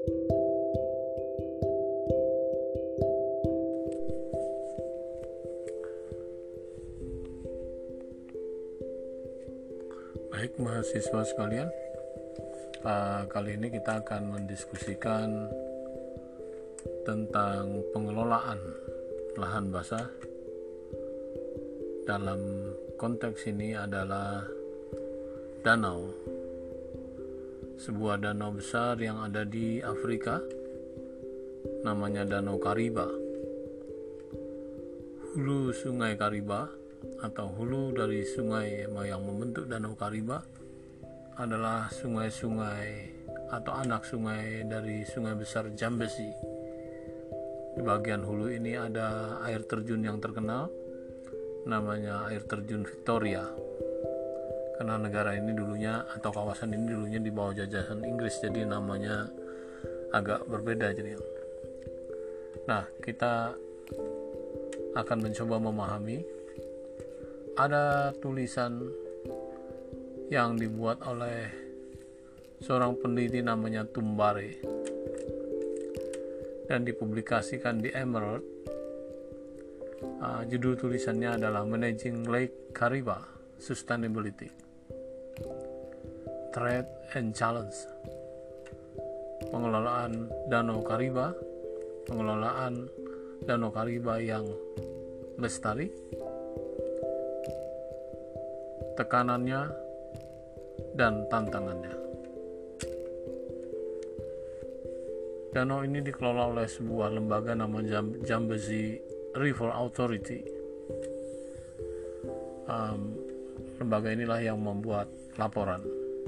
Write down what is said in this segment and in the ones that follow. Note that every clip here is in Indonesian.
Baik mahasiswa sekalian, kali ini kita akan mendiskusikan tentang pengelolaan lahan basah. Dalam konteks ini adalah danau, sebuah danau besar yang ada di Afrika, namanya Danau Kariba. Hulu Sungai Kariba atau hulu dari sungai yang membentuk Danau Kariba adalah sungai-sungai atau anak sungai dari sungai besar Zambezi. Di bagian hulu ini ada air terjun yang terkenal, namanya air terjun Victoria, karena negara ini dulunya atau kawasan ini dulunya di bawah jajahan Inggris, jadi namanya agak berbeda. Jadi nah, kita akan mencoba memahami. Ada tulisan yang dibuat oleh seorang peneliti namanya Tumbare dan dipublikasikan di Emerald. Judul tulisannya adalah Managing Lake Kariba Sustainability, Threat and Challenge. Pengelolaan Danau Kariba, pengelolaan Danau Kariba yang lestari, tekanannya dan tantangannya. Danau ini dikelola oleh sebuah lembaga namanya Zambezi River Authority. Lembaga inilah yang membuat laporan.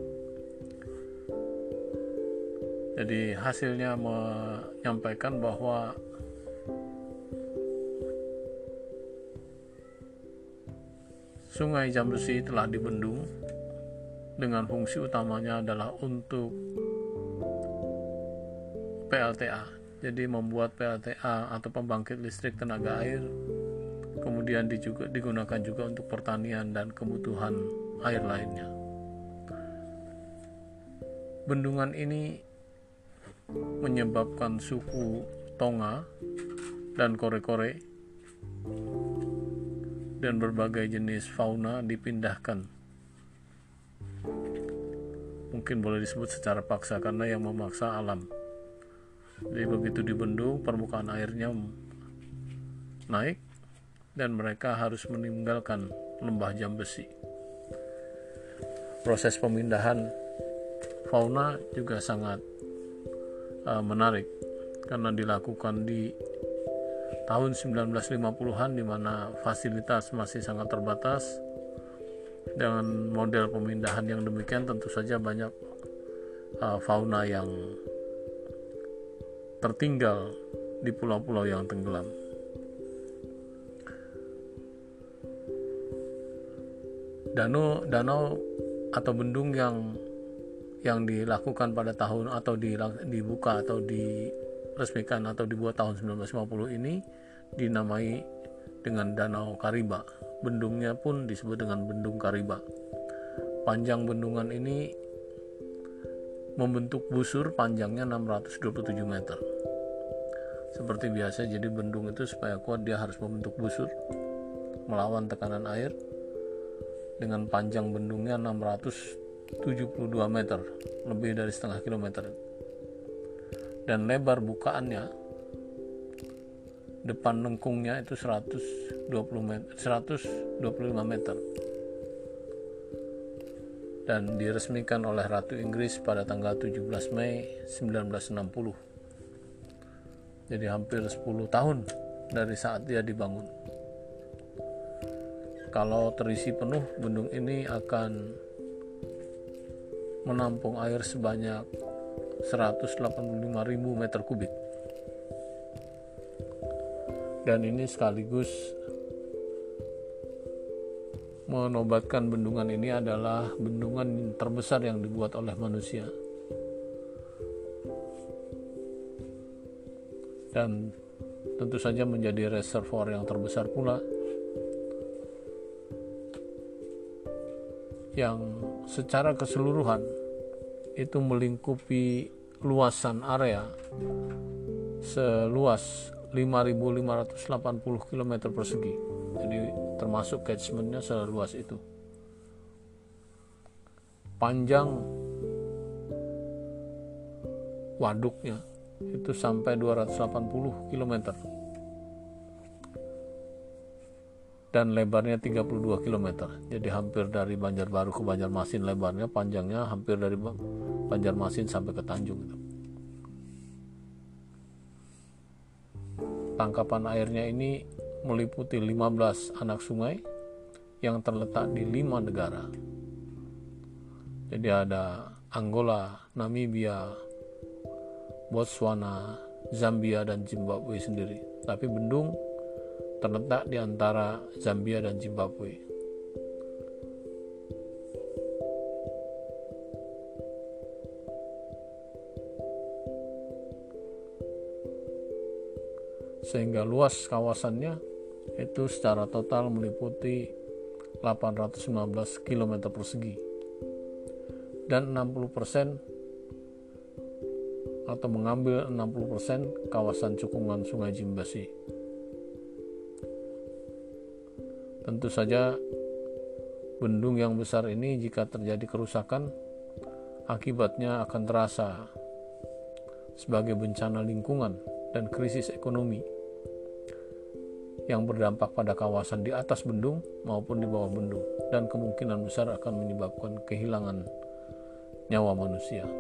Jadi hasilnya menyampaikan bahwa Sungai Zambezi telah dibendung dengan fungsi utamanya adalah untuk PLTA. Jadi membuat PLTA atau pembangkit listrik tenaga air, kemudian digunakan juga untuk pertanian dan kebutuhan air lainnya. Bendungan ini menyebabkan suku Tonga dan kore-kore dan berbagai jenis fauna dipindahkan. Mungkin boleh disebut secara paksa karena yang memaksa alam. Jadi begitu dibendung, permukaan airnya naik dan mereka harus meninggalkan lembah Zambezi. Proses pemindahan fauna juga sangat menarik karena dilakukan di tahun 1950-an, di mana fasilitas masih sangat terbatas. Dengan model pemindahan yang demikian, tentu saja banyak fauna yang tertinggal di pulau-pulau yang tenggelam. Danau atau bendung yang dilakukan pada tahun atau dibuka atau diresmikan atau dibuat tahun 1950 ini dinamai dengan Danau Kariba. Bendungnya pun disebut dengan Bendung Kariba. Panjang bendungan ini membentuk busur panjangnya 627 meter. Seperti biasa, jadi bendung itu supaya kuat dia harus membentuk busur melawan tekanan air. Dengan panjang bendungnya 672 meter, lebih dari setengah kilometer. Dan lebar bukaannya, depan lengkungnya itu 125 meter. Dan diresmikan oleh Ratu Inggris pada tanggal 17 Mei 1960. Jadi hampir 10 tahun dari saat dia dibangun. Kalau terisi penuh, bendung ini akan menampung air sebanyak 185.000 meter kubik. Dan ini sekaligus menobatkan bendungan ini adalah bendungan terbesar yang dibuat oleh manusia. Dan tentu saja menjadi reservoir yang terbesar pula, yang secara keseluruhan itu melingkupi luasan area seluas 5.580 km persegi. Jadi termasuk catchmentnya seluas itu. Panjang waduknya itu sampai 280 km dan lebarnya 32 km. Jadi hampir dari Banjarbaru ke Banjarmasin lebarnya, panjangnya hampir dari Banjarmasin sampai ke Tanjung itu. Tangkapan airnya ini meliputi 15 anak sungai yang terletak di 5 negara. Jadi ada Angola, Namibia, Botswana, Zambia, dan Zimbabwe sendiri. Tapi bendung terletak di antara Zambia dan Zimbabwe. Sehingga luas kawasannya itu secara total meliputi 819 km persegi dan 60% atau mengambil 60% kawasan cekungan Sungai Jimbasi. Tentu saja bendung yang besar ini jika terjadi kerusakan, akibatnya akan terasa sebagai bencana lingkungan dan krisis ekonomi yang berdampak pada kawasan di atas bendung maupun di bawah bendung, dan kemungkinan besar akan menyebabkan kehilangan nyawa manusia.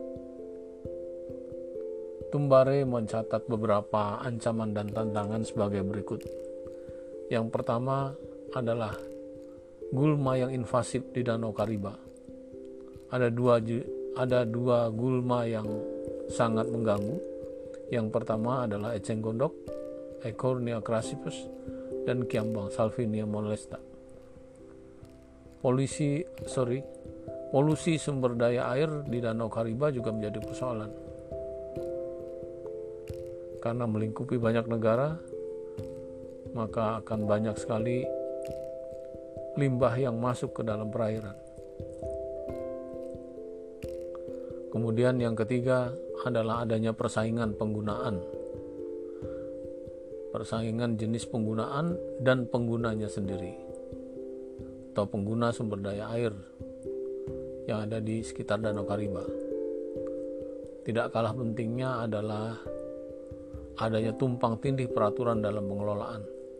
Tumbare mencatat beberapa ancaman dan tantangan sebagai berikut. Yang pertama adalah gulma yang invasif di Danau Kariba. Ada dua gulma yang sangat mengganggu. Yang pertama adalah eceng gondok, Eichhornia crassipes, dan kiambang Salvinia molesta. Polusi sumber daya air di Danau Kariba juga menjadi persoalan. Karena melingkupi banyak negara, maka akan banyak sekali limbah yang masuk ke dalam perairan. Kemudian yang ketiga adalah adanya persaingan jenis penggunaan dan penggunanya sendiri, atau pengguna sumber daya air yang ada di sekitar Danau Kariba. Tidak kalah pentingnya adalah adanya tumpang tindih peraturan dalam pengelolaan.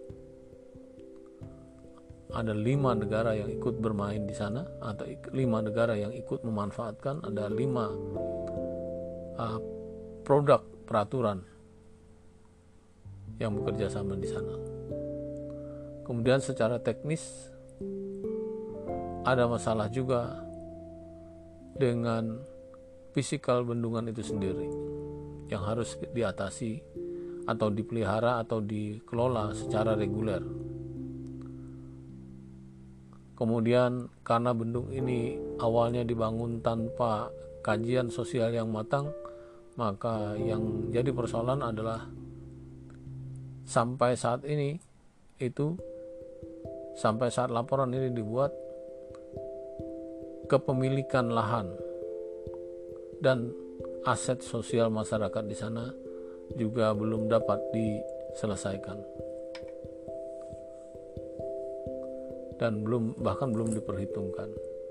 Ada 5 negara yang ikut bermain di sana, atau 5 negara yang ikut memanfaatkan. Ada 5 produk peraturan yang bekerja sama di sana. Kemudian secara teknis ada masalah juga dengan fisikal bendungan itu sendiri yang harus diatasi atau dipelihara atau dikelola secara reguler. Kemudian karena bendung ini awalnya dibangun tanpa kajian sosial yang matang, maka yang jadi persoalan adalah sampai saat laporan ini dibuat, kepemilikan lahan dan aset sosial masyarakat di sana juga belum dapat diselesaikan dan bahkan belum diperhitungkan.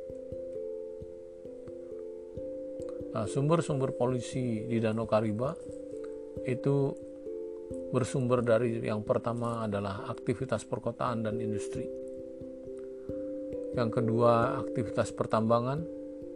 Sumber-sumber polusi di Danau Kariba itu bersumber dari, yang pertama adalah aktivitas perkotaan dan industri. Yang kedua, aktivitas pertambangan.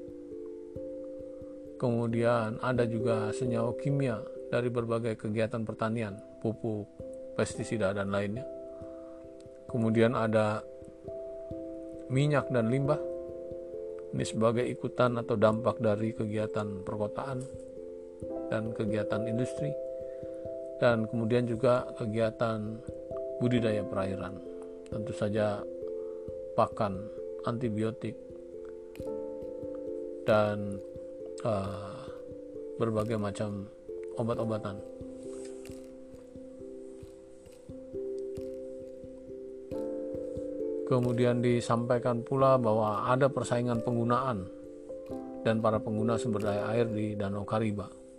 Kemudian ada juga senyawa kimia dari berbagai kegiatan pertanian, pupuk, pestisida, dan lainnya. Kemudian ada minyak dan limbah. Ini sebagai ikutan atau dampak dari kegiatan perkotaan dan kegiatan industri. Dan kemudian juga kegiatan budidaya perairan. Tentu saja pakan, antibiotik, dan berbagai macam obat-obatan. Kemudian disampaikan pula bahwa ada persaingan penggunaan dan para pengguna sumber daya air di Danau Kariba.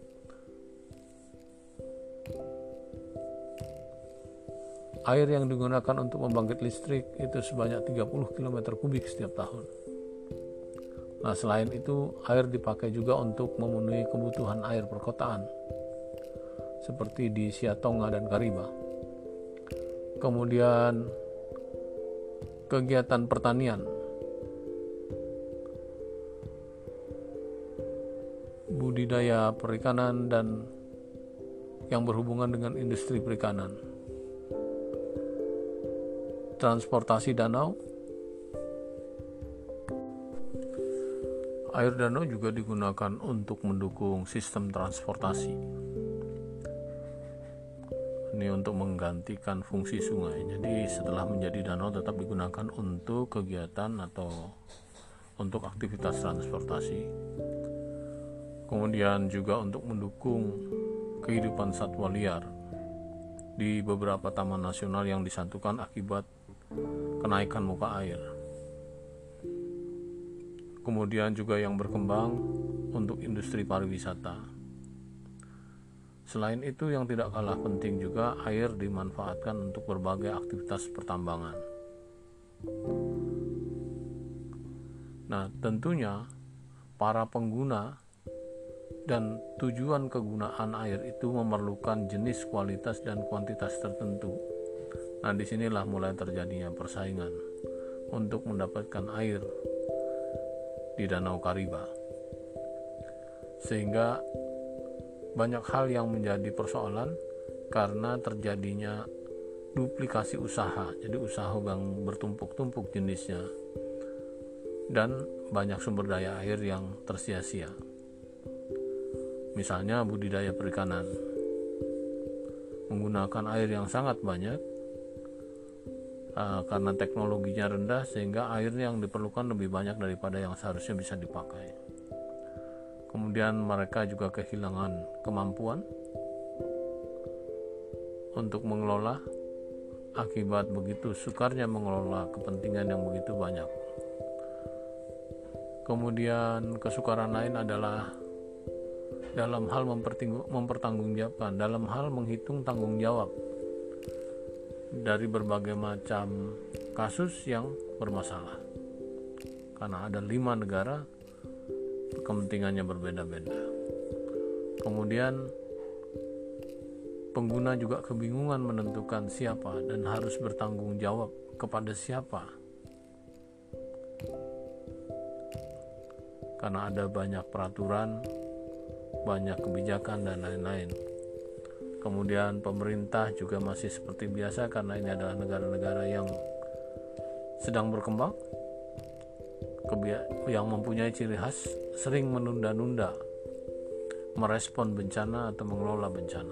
Air yang digunakan untuk membangkit listrik itu sebanyak 30 km kubik setiap tahun. Nah, selain itu, air dipakai juga untuk memenuhi kebutuhan air perkotaan, seperti di Siatonga dan Kariba. Kemudian, kegiatan pertanian, budidaya perikanan, dan yang berhubungan dengan industri perikanan. Transportasi danau. Air danau juga digunakan untuk mendukung sistem transportasi. Ini untuk menggantikan fungsi sungai. Jadi setelah menjadi danau tetap digunakan untuk kegiatan atau untuk aktivitas transportasi. Kemudian juga untuk mendukung kehidupan satwa liar di beberapa taman nasional yang disatukan akibat kenaikan muka air. Kemudian juga yang berkembang untuk industri pariwisata. Selain itu, yang tidak kalah penting juga air dimanfaatkan untuk berbagai aktivitas pertambangan. Nah, tentunya para pengguna dan tujuan kegunaan air itu memerlukan jenis, kualitas, dan kuantitas tertentu. Nah, disinilah mulai terjadinya persaingan untuk mendapatkan air di Danau Kariba. Sehingga banyak hal yang menjadi persoalan karena terjadinya duplikasi usaha. Jadi usaha yang bertumpuk-tumpuk jenisnya dan banyak sumber daya air yang tersia-sia. Misalnya budidaya perikanan menggunakan air yang sangat banyak karena teknologinya rendah, sehingga air yang diperlukan lebih banyak daripada yang seharusnya bisa dipakai. Kemudian mereka juga kehilangan kemampuan untuk mengelola akibat begitu sukarnya mengelola kepentingan yang begitu banyak. Kemudian kesukaran lain adalah dalam hal mempertanggungjawabkan, dalam hal menghitung tanggung jawab dari berbagai macam kasus yang bermasalah, karena ada 5 negara kepentingannya berbeda-beda. Kemudian pengguna juga kebingungan menentukan siapa dan harus bertanggung jawab kepada siapa, karena ada banyak peraturan, banyak kebijakan, dan lain-lain. Kemudian pemerintah juga masih seperti biasa, karena ini adalah negara-negara yang sedang berkembang, yang mempunyai ciri khas sering menunda-nunda merespon bencana atau mengelola bencana.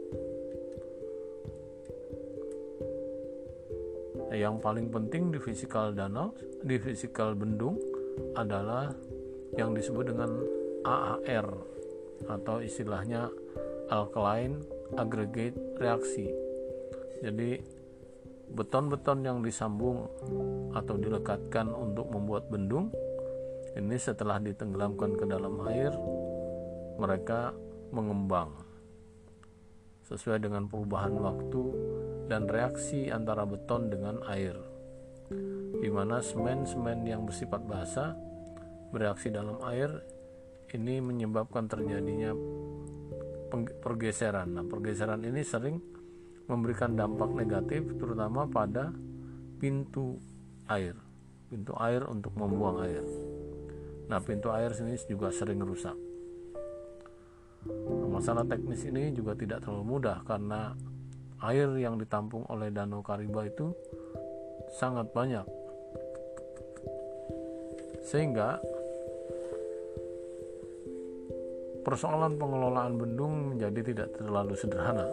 Yang paling penting di fisikal danau, di fisikal bendung adalah yang disebut dengan AAR atau istilahnya alkaline aggregate reaksi. Jadi beton-beton yang disambung atau dilekatkan untuk membuat bendung ini setelah ditenggelamkan ke dalam air, mereka mengembang sesuai dengan perubahan waktu dan reaksi antara beton dengan air, di mana semen-semen yang bersifat basa bereaksi dalam air. Ini menyebabkan terjadinya pergeseran. Nah, pergeseran ini sering memberikan dampak negatif, terutama pada pintu air untuk membuang air. Nah, pintu air sini juga sering rusak. Nah, masalah teknis ini juga tidak terlalu mudah karena air yang ditampung oleh Danau Kariba itu sangat banyak, sehingga persoalan pengelolaan bendung menjadi tidak terlalu sederhana.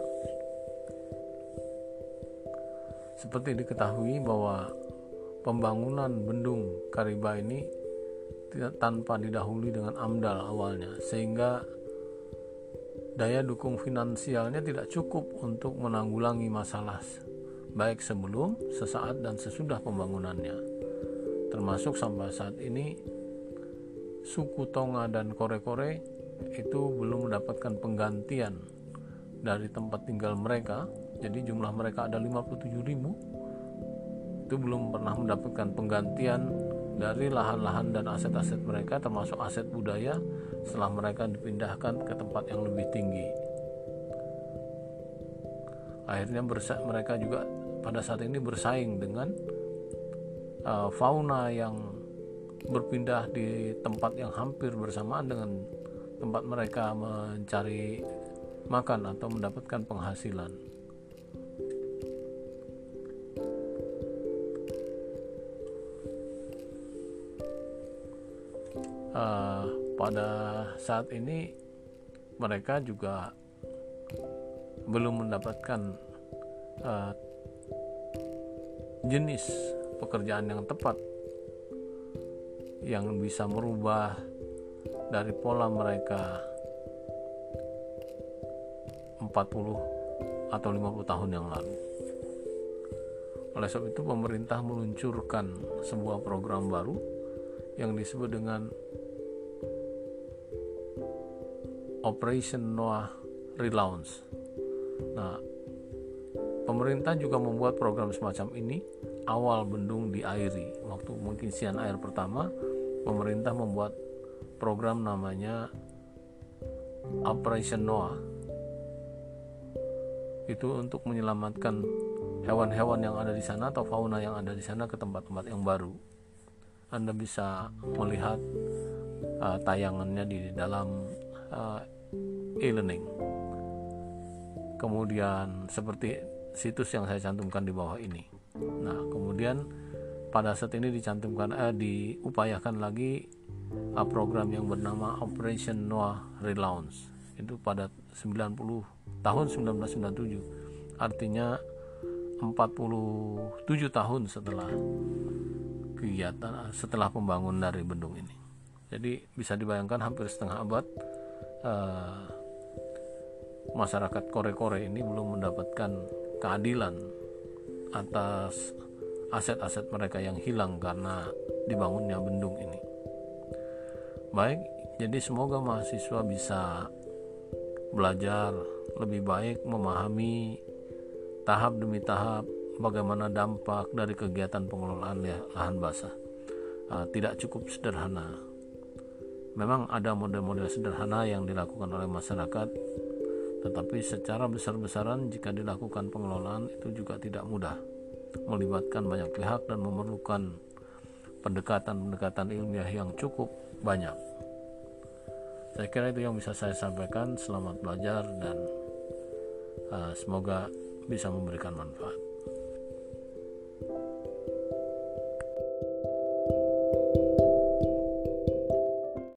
Seperti diketahui bahwa pembangunan bendung Kariba ini tanpa didahului dengan AMDAL awalnya, sehingga daya dukung finansialnya tidak cukup untuk menanggulangi masalah baik sebelum, sesaat, dan sesudah pembangunannya. Termasuk sampai saat ini suku Tonga dan Kore-Kore itu belum mendapatkan penggantian dari tempat tinggal mereka Jadi jumlah mereka ada 57.000, itu belum pernah mendapatkan penggantian dari lahan-lahan dan aset-aset mereka, termasuk aset budaya, setelah mereka dipindahkan ke tempat yang lebih tinggi. Akhirnya mereka juga pada saat ini bersaing dengan fauna yang berpindah di tempat yang hampir bersamaan dengan tempat mereka mencari makan atau mendapatkan penghasilan. Pada saat ini mereka juga belum mendapatkan jenis pekerjaan yang tepat yang bisa merubah dari pola mereka 40 atau 50 tahun yang lalu. Oleh sebab itu pemerintah meluncurkan sebuah program baru yang disebut dengan Operation Noah Relaunch. Nah, pemerintah juga membuat program semacam ini awal bendung diairi. Waktu pengisian air pertama, pemerintah membuat program namanya Operation Noah. Itu untuk menyelamatkan hewan-hewan yang ada di sana atau fauna yang ada di sana ke tempat-tempat yang baru. Anda bisa melihat tayangannya di dalam e-learning. Kemudian seperti situs yang saya cantumkan di bawah ini. Nah, kemudian pada saat ini diupayakan lagi program yang bernama Operation Noah Relaunch. Itu pada tahun 1997. Artinya 47 tahun setelah pembangunan dari bendung ini. Jadi bisa dibayangkan hampir setengah abad masyarakat Kore-Kore ini belum mendapatkan keadilan atas aset-aset mereka yang hilang karena dibangunnya bendung ini. Baik, jadi semoga mahasiswa bisa belajar lebih baik, memahami tahap demi tahap bagaimana dampak dari kegiatan pengelolaan lahan basah. Tidak cukup sederhana. Memang ada model-model sederhana yang dilakukan oleh masyarakat, tetapi secara besar-besaran jika dilakukan pengelolaan itu juga tidak mudah, melibatkan banyak pihak dan memerlukan pendekatan-pendekatan ilmiah yang cukup banyak. Saya kira itu yang bisa saya sampaikan. Selamat belajar dan semoga bisa memberikan manfaat.